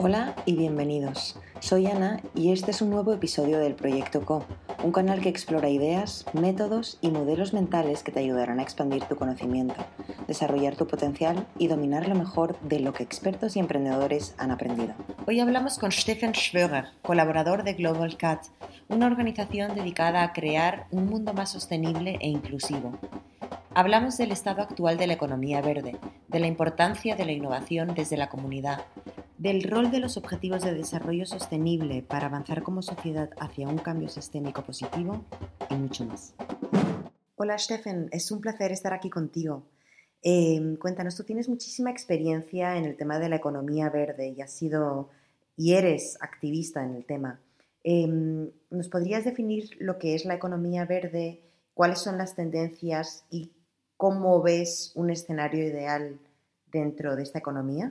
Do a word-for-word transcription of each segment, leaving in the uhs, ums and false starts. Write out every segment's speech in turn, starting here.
Hola y bienvenidos. Soy Ana y este es un nuevo episodio del Proyecto Co, un canal que explora ideas, métodos y modelos mentales que te ayudarán a expandir tu conocimiento, desarrollar tu potencial y dominar lo mejor de lo que expertos y emprendedores han aprendido. Hoy hablamos con Steffen Schwörer, colaborador de Global Cat, una organización dedicada a crear un mundo más sostenible e inclusivo. Hablamos del estado actual de la economía verde, de la importancia de la innovación desde la comunidad, del rol de los objetivos de desarrollo sostenible para avanzar como sociedad hacia un cambio sistémico positivo y mucho más. Hola Steffen, es un placer estar aquí contigo. Eh, cuéntanos, tú tienes muchísima experiencia en el tema de la economía verde y has sido y eres activista en el tema. Eh, ¿Nos podrías definir lo que es la economía verde, cuáles son las tendencias y cómo ves un escenario ideal dentro de esta economía?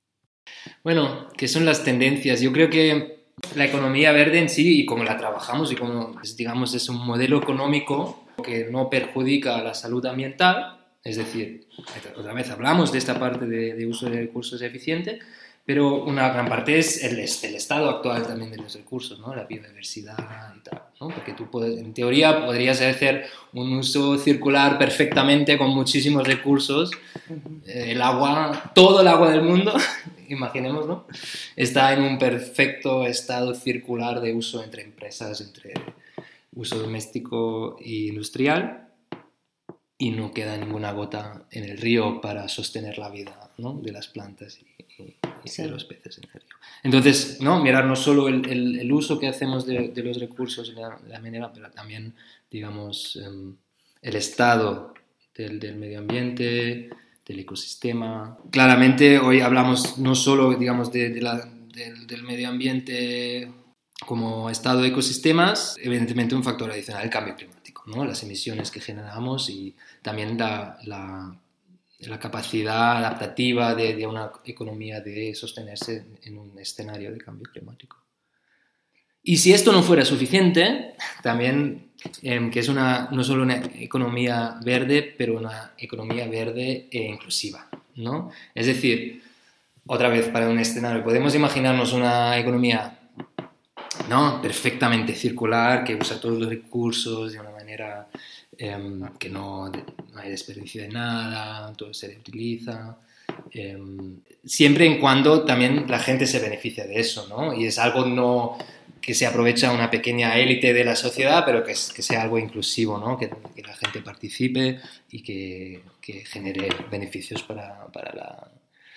Bueno, ¿qué son las tendencias? Yo creo que la economía verde en sí, y como la trabajamos, y como pues, digamos es un modelo económico que no perjudica a la salud ambiental, es decir, otra vez hablamos de esta parte de, de uso de recursos eficiente, pero una gran parte es el, el estado actual también de los recursos, ¿no? La biodiversidad y tal, ¿no? Porque tú puedes, en teoría podrías hacer un uso circular perfectamente con muchísimos recursos. Uh-huh. El agua, todo el agua del mundo, imaginemos, ¿no? Está en un perfecto estado circular de uso entre empresas, entre uso doméstico e industrial, y no queda ninguna gota en el río para sostener la vida, ¿no? De las plantas y, y, y sí. de los peces en el río. Entonces, ¿no? Mirar no solo el, el, el uso que hacemos de, de los recursos de la, de la manera, pero también, digamos, um, el estado del, del medio ambiente, del ecosistema. Claramente hoy hablamos no solo, digamos, de, de la, del, del medio ambiente como estado de ecosistemas, evidentemente un factor adicional, el cambio climático, ¿no? Las emisiones que generamos y también la, la, la capacidad adaptativa de, de una economía de sostenerse en un escenario de cambio climático. Y si esto no fuera suficiente, también eh, que es una, no solo una economía verde, pero una economía verde e inclusiva, ¿no? Es decir, otra vez para un escenario, podemos imaginarnos una economía, ¿no? perfectamente circular, que usa todos los recursos de una manera eh, que no, no hay desperdicio de nada, todo se reutiliza, eh, siempre en cuando también la gente se beneficia de eso, ¿no? Y es algo no que se aprovecha una pequeña élite de la sociedad, pero que, es, que sea algo inclusivo, ¿no? Que, que la gente participe y que, que genere beneficios para, para la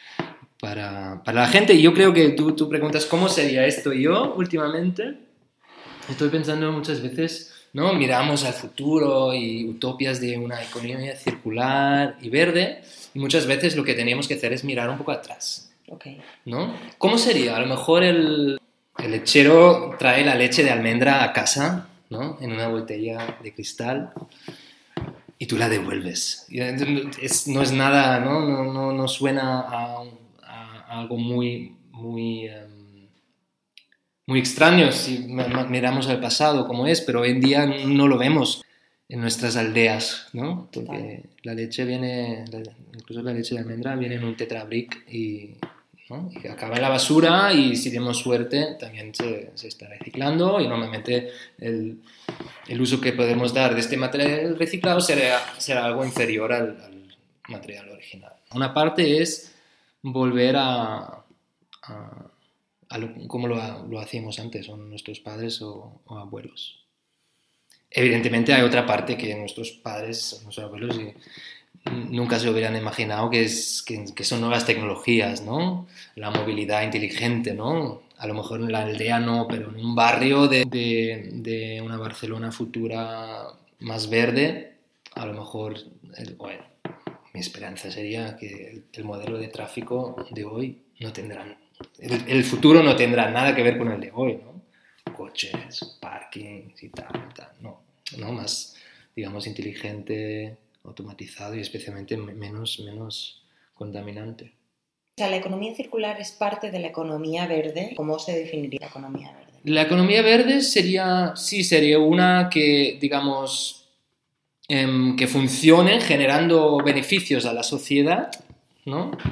Para, para la gente. Y yo creo que tú, tú preguntas cómo sería esto. Yo últimamente estoy pensando muchas veces, ¿no? Miramos al futuro y utopias de una economía circular y verde, y muchas veces lo que teníamos que hacer es mirar un poco atrás, okay. ¿no? ¿Cómo sería? A lo mejor el, el lechero trae la leche de almendra a casa, ¿no? En una botella de cristal, y tú la devuelves. Es, no es nada, ¿no? No, no, no suena a algo muy, muy, um, muy extraño si miramos al pasado como es, pero hoy en día no lo vemos en nuestras aldeas, ¿no? Porque la leche viene, la, incluso la leche de almendra viene en un tetrabric y, ¿no? y acaba en la basura, y si tenemos suerte también se, se está reciclando, y normalmente el, el uso que podemos dar de este material reciclado será, será algo inferior al, al material original. Una parte es volver a, a, a lo, como lo, lo hacíamos antes, son nuestros padres o, o abuelos. Evidentemente hay otra parte que nuestros padres, nuestros abuelos, y nunca se hubieran imaginado, que, es, que, que son nuevas tecnologías, ¿no? La movilidad inteligente, ¿no? A lo mejor en la aldea no, pero en un barrio de, de, de una Barcelona futura más verde, a lo mejor, bueno, mi esperanza sería que el, el modelo de tráfico de hoy no tendrá, el, el futuro no tendrá nada que ver con el de hoy, ¿no? Coches, parkings y tal, y tal, no, no, más, digamos, inteligente, automatizado y especialmente menos, menos contaminante. O sea, la economía circular es parte de la economía verde. ¿Cómo se definiría la economía verde? La economía verde sería, sí, sería una que, digamos, que funcione generando beneficios a la sociedad, ¿no?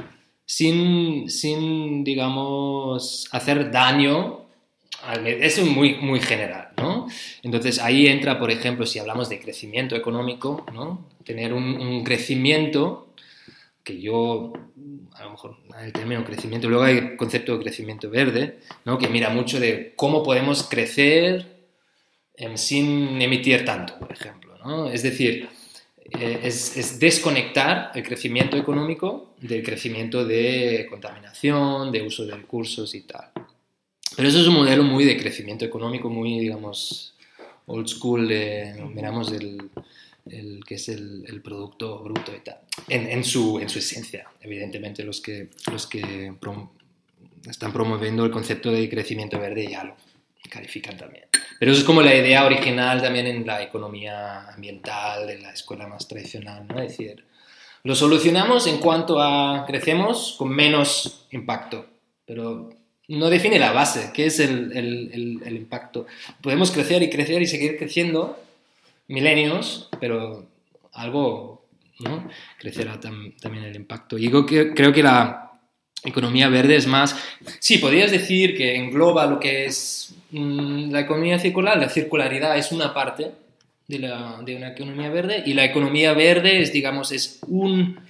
sin, sin digamos, hacer daño. Eso es muy, muy general, ¿no? Entonces ahí entra, por ejemplo, si hablamos de crecimiento económico, ¿no? Tener un, un crecimiento que yo, a lo mejor el término crecimiento, luego hay el concepto de crecimiento verde, ¿no? Que mira mucho de cómo podemos crecer eh, sin emitir tanto, por ejemplo, ¿no? Es decir, eh, es, es desconectar el crecimiento económico del crecimiento de contaminación, de uso de recursos y tal. Pero eso es un modelo muy de crecimiento económico, muy, digamos, old school, eh, miramos el, el que es el, el producto bruto y tal, en, en, su, en su esencia. Evidentemente los que, los que prom están promoviendo el concepto de crecimiento verde ya lo califican también. Pero eso es como la idea original también en la economía ambiental, en la escuela más tradicional, ¿no? Es decir, lo solucionamos en cuanto a crecemos con menos impacto, pero no define la base, ¿qué es el, el, el, el impacto? Podemos crecer y crecer y seguir creciendo milenios, pero algo, ¿no? Crecerá tam, también el impacto. Y yo que, creo que la economía verde es más... Sí, podrías decir que engloba lo que es mmm, la economía circular. La circularidad es una parte de, la, de una economía verde y la economía verde es, digamos, es un,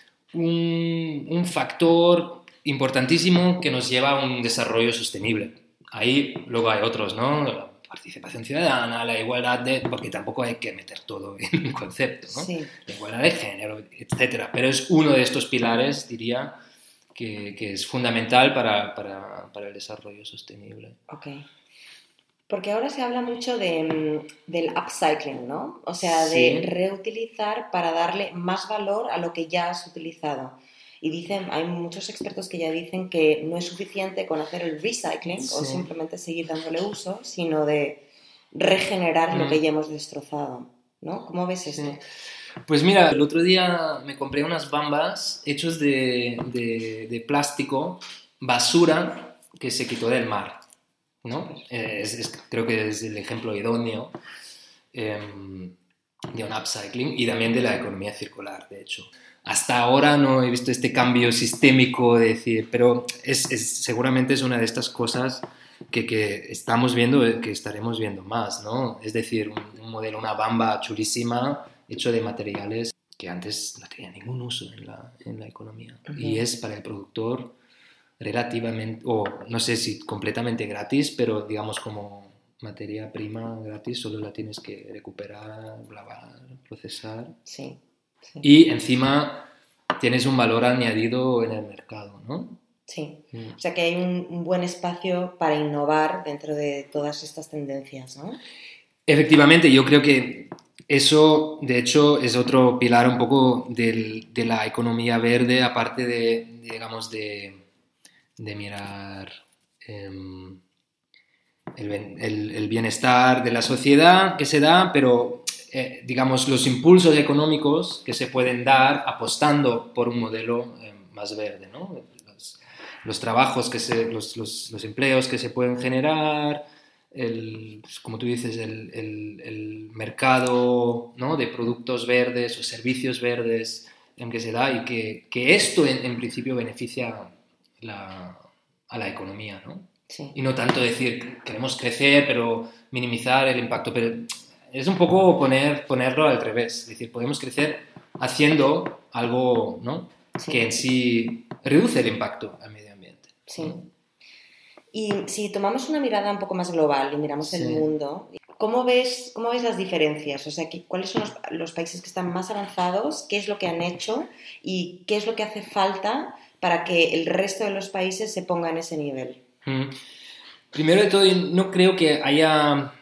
un, un factor importantísimo que nos lleva a un desarrollo sostenible. Ahí luego hay otros, ¿no? La participación ciudadana, la igualdad de... porque tampoco hay que meter todo en un concepto, ¿no? Sí. La igualdad de género, etcétera. Pero es uno de estos pilares, diría, que, que es fundamental para, para, para el desarrollo sostenible. Ok. Porque ahora se habla mucho de, del upcycling, ¿no? O sea, de sí. reutilizar para darle más valor a lo que ya has utilizado. Y dicen, hay muchos expertos que ya dicen que no es suficiente con hacer el recycling sí. o simplemente seguir dándole uso, sino de regenerar mm. lo que ya hemos destrozado, ¿no? ¿Cómo ves esto? Sí. Pues mira, el otro día me compré unas bambas hechos de, de, de plástico, basura que se quitó del mar, ¿no? Es, es, creo que es el ejemplo idóneo eh, de un upcycling y también de la economía circular, de hecho. Hasta ahora no he visto este cambio sistémico de decir, pero es, es, seguramente es una de estas cosas que, que estamos viendo, que estaremos viendo más, ¿no? Es decir, un, un modelo, una bamba chulísima, hecho de materiales que antes no tenían ningún uso en la, en la economía. Uh-huh. Y es para el productor relativamente, o no sé si completamente gratis, pero digamos como materia prima gratis, solo la tienes que recuperar, lavar, procesar. Sí. Sí. Y encima tienes un valor añadido en el mercado, ¿no? Sí, mm. o sea que hay un, un buen espacio para innovar dentro de todas estas tendencias, ¿no? Efectivamente, yo creo que eso, de hecho, es otro pilar un poco del, de la economía verde, aparte de, digamos, de, de mirar eh, el, el, el bienestar de la sociedad que se da, pero... Eh, digamos, los impulsos económicos que se pueden dar apostando por un modelo eh, más verde, ¿no? Los, los trabajos, que se, los, los, los empleos que se pueden generar, el, pues, como tú dices, el, el, el mercado, ¿no? de productos verdes o servicios verdes en que se da y que, que esto en, en principio beneficia la, a la economía, ¿no? Sí. Y no tanto decir queremos crecer pero minimizar el impacto, pero es un poco poner, ponerlo al revés. Es decir, podemos crecer haciendo algo, ¿no? Sí. que en sí reduce el impacto al medio ambiente. Sí. ¿No? Y si tomamos una mirada un poco más global y miramos sí. el mundo, ¿cómo ves, cómo ves las diferencias? O sea, ¿cuáles son los, los países que están más avanzados? ¿Qué es lo que han hecho? ¿Y qué es lo que hace falta para que el resto de los países se pongan a ese nivel? Mm. Primero de todo, no creo que haya...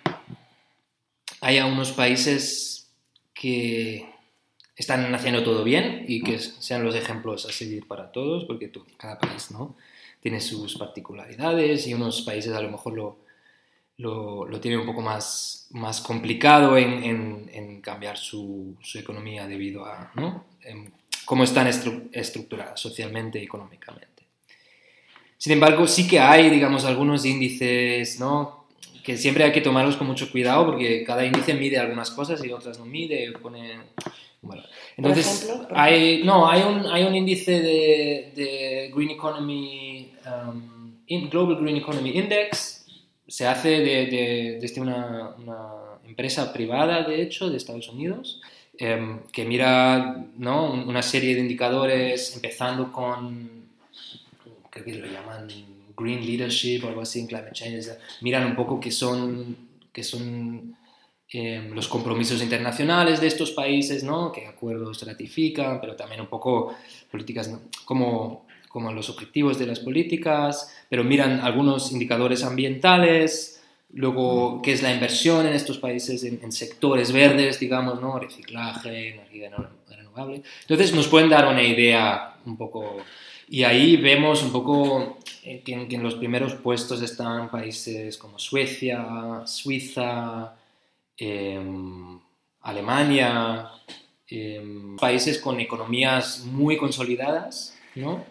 haya unos países que están haciendo todo bien y que sean los ejemplos a seguir para todos, porque tú, cada país, ¿no? tiene sus particularidades y unos países a lo mejor lo, lo, lo tienen un poco más, más complicado en, en, en cambiar su, su economía debido a, ¿no? en cómo están estru- estructuradas socialmente y económicamente. Sin embargo, sí que hay, digamos, algunos índices, ¿no? que siempre hay que tomarlos con mucho cuidado porque cada índice mide algunas cosas y otras no mide, pone... Bueno, entonces, ¿Por ejemplo? ¿Por hay, no, hay un, hay un índice de, de Green Economy, um, in Global Green Economy Index se hace de, de, desde una, una empresa privada, de hecho, de Estados Unidos, eh, que mira, ¿no?, una serie de indicadores, empezando con, creo que lo llaman Green Leadership o algo así en Climate Change. Miran un poco qué son, qué son eh, los compromisos internacionales de estos países, ¿no?, qué acuerdos ratifican, pero también un poco políticas, ¿no?, como, como los objetivos de las políticas, pero miran algunos indicadores ambientales, luego qué es la inversión en estos países en, en sectores verdes, digamos, ¿no?, reciclaje, energía renovable. Entonces nos pueden dar una idea un poco, y ahí vemos un poco que en, que en los primeros puestos están países como Suecia, Suiza, eh, Alemania, eh, países con economías muy consolidadas, ¿no?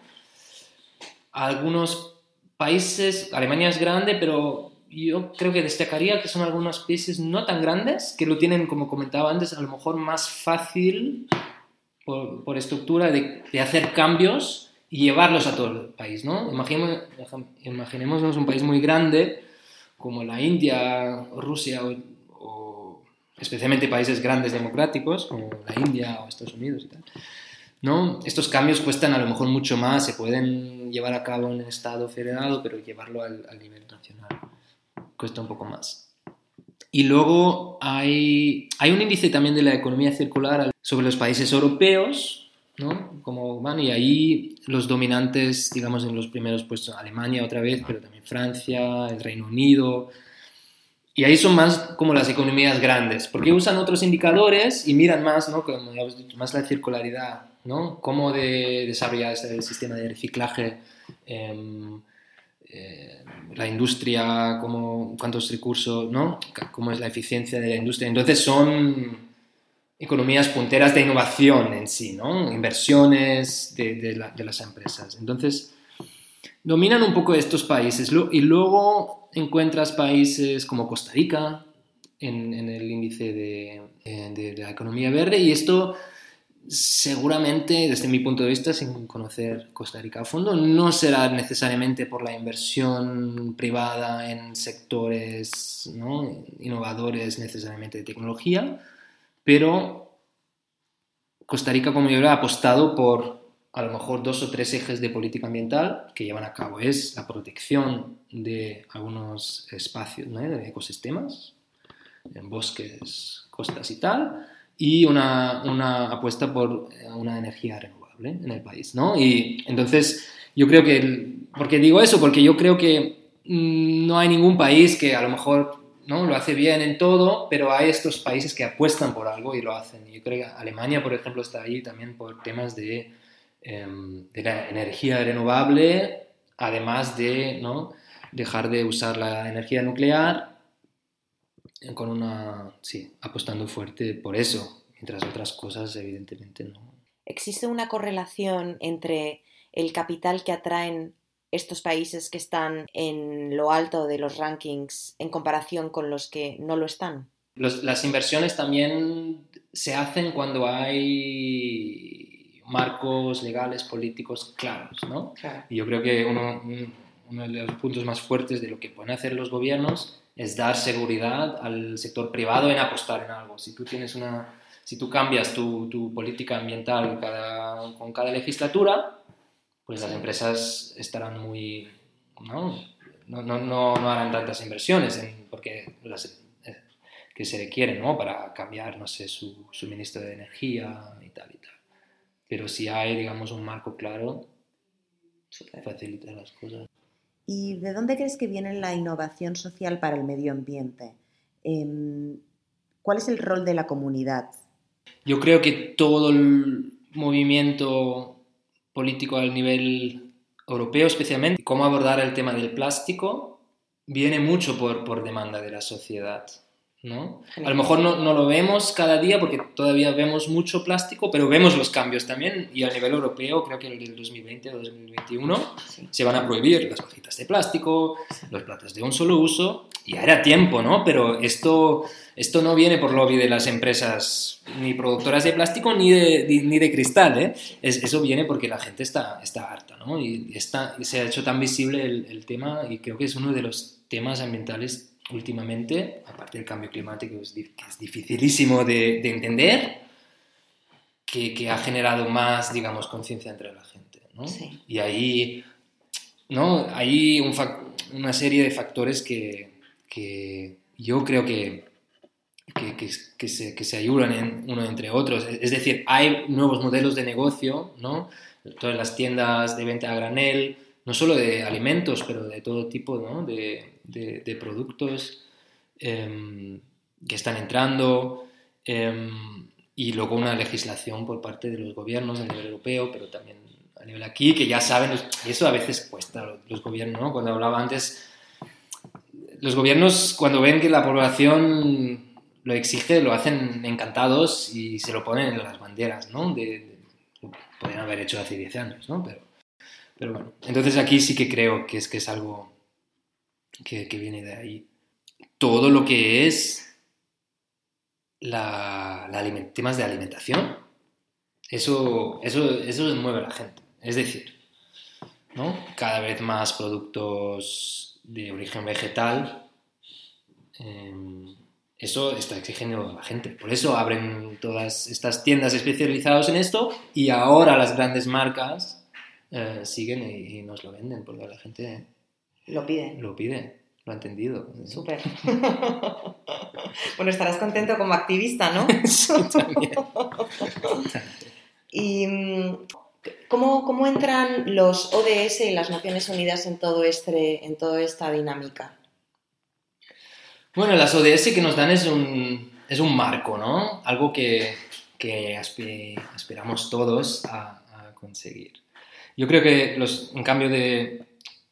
Algunos países, Alemania es grande, pero yo creo que destacaría que son algunos países no tan grandes, que lo tienen, como comentaba antes, a lo mejor más fácil por, por estructura de, de hacer cambios y llevarlos a todo el país, ¿no? Imaginemos, imaginémonos un país muy grande como la India, Rusia o, o especialmente países grandes democráticos como la India o Estados Unidos y tal, ¿no? Estos cambios cuestan a lo mejor mucho más, se pueden llevar a cabo en el Estado federado, pero llevarlo al, al nivel nacional cuesta un poco más. Y luego hay, hay un índice también de la economía circular sobre los países europeos, ¿no?, cómo van, y ahí los dominantes, digamos, en los primeros puestos, Alemania otra vez, pero también Francia, el Reino Unido, y ahí son más como las economías grandes, porque usan otros indicadores y miran más, ¿no?, como ya os he dicho, más la circularidad, ¿no?, cómo de desarrollar el sistema de reciclaje, eh, eh, la industria, cómo, cuántos recursos, ¿no?, cómo es la eficiencia de la industria. Entonces son economías punteras de innovación en sí, ¿no?, inversiones de, de, la, de las empresas. Entonces dominan un poco estos países, y luego encuentras países como Costa Rica en, en el índice de, de, de la economía verde, y esto seguramente, desde mi punto de vista, sin conocer Costa Rica a fondo, no será necesariamente por la inversión privada en sectores, ¿no?, innovadores necesariamente de tecnología, pero Costa Rica, como yo, ha apostado por a lo mejor dos o tres ejes de política ambiental que llevan a cabo. Es la protección de algunos espacios, ¿no?, de ecosistemas, en bosques, costas y tal, y una, una apuesta por una energía renovable en el país, ¿no? Y entonces yo creo que, el, ¿por qué digo eso? Porque yo creo que mmm, no hay ningún país que a lo mejor, ¿no?, lo hace bien en todo, pero hay estos países que apuestan por algo y lo hacen. Yo creo que Alemania, por ejemplo, está ahí también por temas de, eh, de la energía renovable, además de, ¿no?, dejar de usar la energía nuclear, con una, sí, apostando fuerte por eso, mientras otras cosas evidentemente no. ¿Existe una correlación entre el capital que atraen estos países que están en lo alto de los rankings en comparación con los que no lo están? Los, las inversiones también se hacen cuando hay marcos legales, políticos claros, ¿no? Claro. Y yo creo que uno, uno de los puntos más fuertes de lo que pueden hacer los gobiernos es dar seguridad al sector privado en apostar en algo. Si tú tienes una, si tú cambias tu, tu política ambiental cada, con cada legislatura, pues las empresas estarán muy, ¿no? No, no, no, no harán tantas inversiones en, porque las, eh, que se requieren, ¿no?, para cambiar, no sé, su suministro de energía y tal y tal. Pero si hay, digamos, un marco claro, facilita las cosas. ¿Y de dónde crees que viene la innovación social para el medio ambiente? Eh, ¿Cuál es el rol de la comunidad? Yo creo que todo el movimiento político a nivel europeo, especialmente, cómo abordar el tema del plástico, viene mucho por, por demanda de la sociedad, ¿no? Genial. A lo mejor no, no lo vemos cada día porque todavía vemos mucho plástico, pero vemos los cambios también, y a nivel europeo creo que en el dos mil veinte o dos mil veintiuno sí. se van a prohibir las cajitas de plástico, sí. los platos de un solo uso, y ya era tiempo, ¿no? Pero esto, esto no viene por lobby de las empresas ni productoras de plástico ni de, ni de cristal, ¿eh? Es, eso viene porque la gente está, está harta, ¿no? Y, está, y se ha hecho tan visible el, el tema, y creo que es uno de los temas ambientales últimamente, aparte del cambio climático, que es, que es dificilísimo de, de entender, que, que ha generado más, digamos, conciencia entre la gente, ¿no? Sí. Y ahí, ¿no? Hay un una serie de factores que, que yo creo que, que, que, que, se, que se ayudan en, uno entre otros. Es decir, hay nuevos modelos de negocio, ¿no? Todas las tiendas de venta a granel, no solo de alimentos, pero de todo tipo, ¿no? de, de, de productos eh, que están entrando, eh, y luego una legislación por parte de los gobiernos a nivel europeo, pero también a nivel aquí, que ya saben, y eso a veces cuesta los gobiernos, ¿no? Cuando hablaba antes, los gobiernos cuando ven que la población lo exige, lo hacen encantados y se lo ponen en las banderas, ¿no? De, de, lo podrían haber hecho hace diez años, ¿no? Pero Pero bueno, entonces aquí sí que creo que es, que es algo que, que viene de ahí. Todo lo que es la, la aliment- temas de alimentación, eso, eso, eso mueve a la gente. Es decir, ¿no? Cada vez más productos de origen vegetal, eh, eso está exigiendo a la gente. Por eso abren todas estas tiendas especializadas en esto, y ahora las grandes marcas Eh, siguen y, y nos lo venden porque la gente lo pide. Lo pide, lo ha entendido. Súper. Bueno, estarás contento como activista, ¿no? Sí, también. ¿Y cómo, cómo entran los O D S y las Naciones Unidas en, todo este, en toda esta dinámica? Bueno, las O D S que nos dan es un, es un marco, ¿no? Algo que, que aspi- aspiramos todos a, a conseguir. Yo creo que, los, en cambio de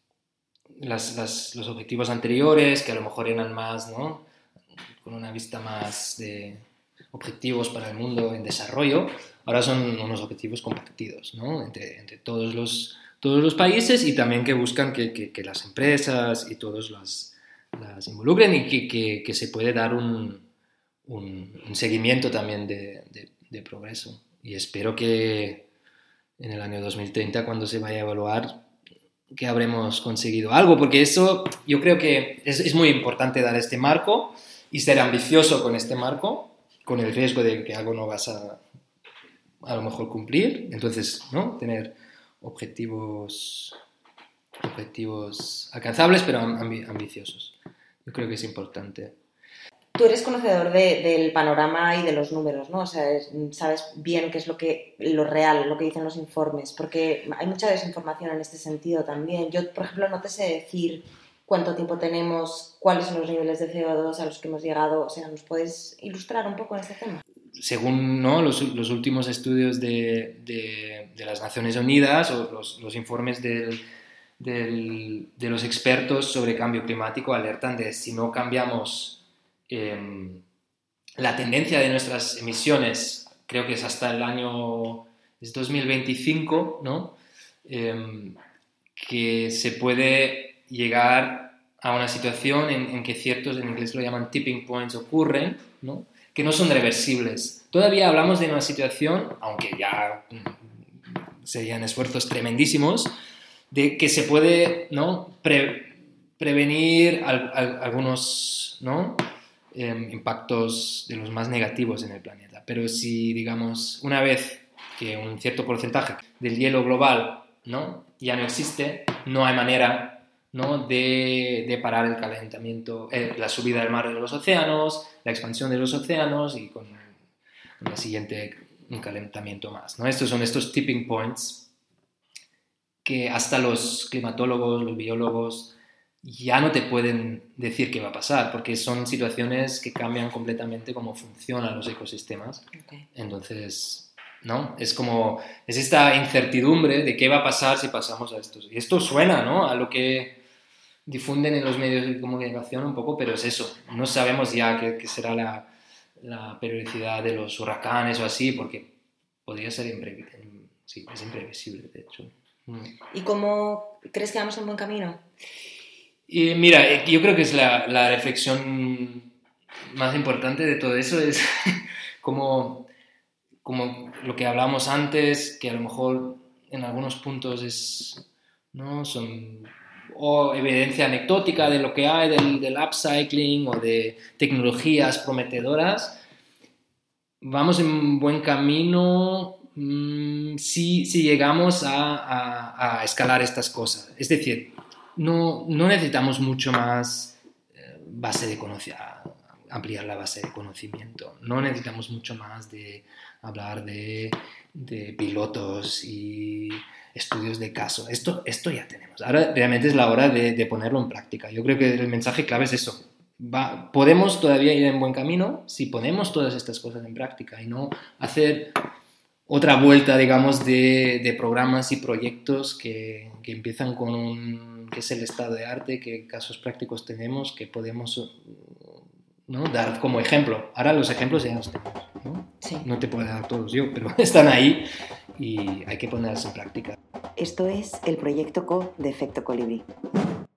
las, las, los objetivos anteriores, que a lo mejor eran más, ¿no? Con una vista más de objetivos para el mundo en desarrollo, ahora son unos objetivos compartidos, ¿no? Entre, entre todos, los, todos los países, y también que buscan que, que, que las empresas y todos las, las involucren, y que, que, que se puede dar un, un, un seguimiento también de, de, de progreso. Y espero que en el año dos mil treinta, cuando se vaya a evaluar, que habremos conseguido algo, porque eso yo creo que es, es muy importante dar este marco y ser ambicioso con este marco, con el riesgo de que algo no vas a a lo mejor cumplir. Entonces, ¿no? Tener objetivos objetivos alcanzables pero ambi- ambiciosos. Yo creo que es importante. Tú eres conocedor de, del panorama y de los números, ¿no? O sea, es, sabes bien qué es lo que lo real, lo que dicen los informes, porque hay mucha desinformación en este sentido también. Yo, por ejemplo, no te sé decir cuánto tiempo tenemos, cuáles son los niveles de C O dos a los que hemos llegado. O sea, ¿nos puedes ilustrar un poco en este tema? Según, ¿no? los, los últimos estudios de, de, de las Naciones Unidas, o los, los informes del, del, de los expertos sobre cambio climático, alertan de si no cambiamos Eh, la tendencia de nuestras emisiones, creo que es hasta el año es dos mil veinticinco, ¿no? Eh, que se puede llegar a una situación en, en que ciertos, en inglés lo llaman tipping points, ocurren, ¿no? Que no son reversibles. Todavía hablamos de una situación, aunque ya serían esfuerzos tremendísimos, de que se puede, ¿no? Pre, prevenir al, al, algunos, ¿no? Eh, impactos de los más negativos en el planeta. Pero si, digamos, una vez que un cierto porcentaje del hielo global, ¿no? ya no existe, no hay manera, ¿no? de, de parar el calentamiento, eh, la subida del mar de los océanos, la expansión de los océanos, y con el siguiente un calentamiento más, ¿no? Estos son estos tipping points que hasta los climatólogos, los biólogos, ya no te pueden decir qué va a pasar, porque son situaciones que cambian completamente cómo funcionan los ecosistemas. Okay. Entonces, ¿no? Es como, es esta incertidumbre de qué va a pasar si pasamos a estos. Y esto suena, ¿no? A lo que difunden en los medios de comunicación un poco, pero es eso. No sabemos ya qué, qué será la, la periodicidad de los huracanes o así, porque podría ser imprevisible. Sí, es imprevisible, de hecho. ¿Y cómo crees que vamos en buen camino? Y mira, yo creo que es la, la reflexión más importante de todo eso, es como, como lo que hablábamos antes, que a lo mejor en algunos puntos es, ¿no? Son o evidencia anecdótica de lo que hay del, del upcycling o de tecnologías prometedoras. Vamos en buen camino mmm, si, si llegamos a, a, a escalar estas cosas. Es decir, no, no necesitamos mucho más eh, base de conocimiento, ampliar la base de conocimiento. No necesitamos mucho más de hablar de, de pilotos y estudios de caso. Esto, esto ya tenemos. Ahora realmente es la hora de, de ponerlo en práctica. Yo creo que el mensaje clave es eso. Va, podemos todavía ir en buen camino si ponemos todas estas cosas en práctica y no hacer otra vuelta, digamos, de, de programas y proyectos que, que empiezan con un, que es el estado de arte, qué casos prácticos tenemos, que podemos, ¿no?, dar como ejemplo. Ahora los ejemplos ya los tenemos, ¿no? Sí. No te puedo dar todos yo, pero están ahí y hay que ponerlos en práctica. Esto es el proyecto C O de Efecto Colibrí.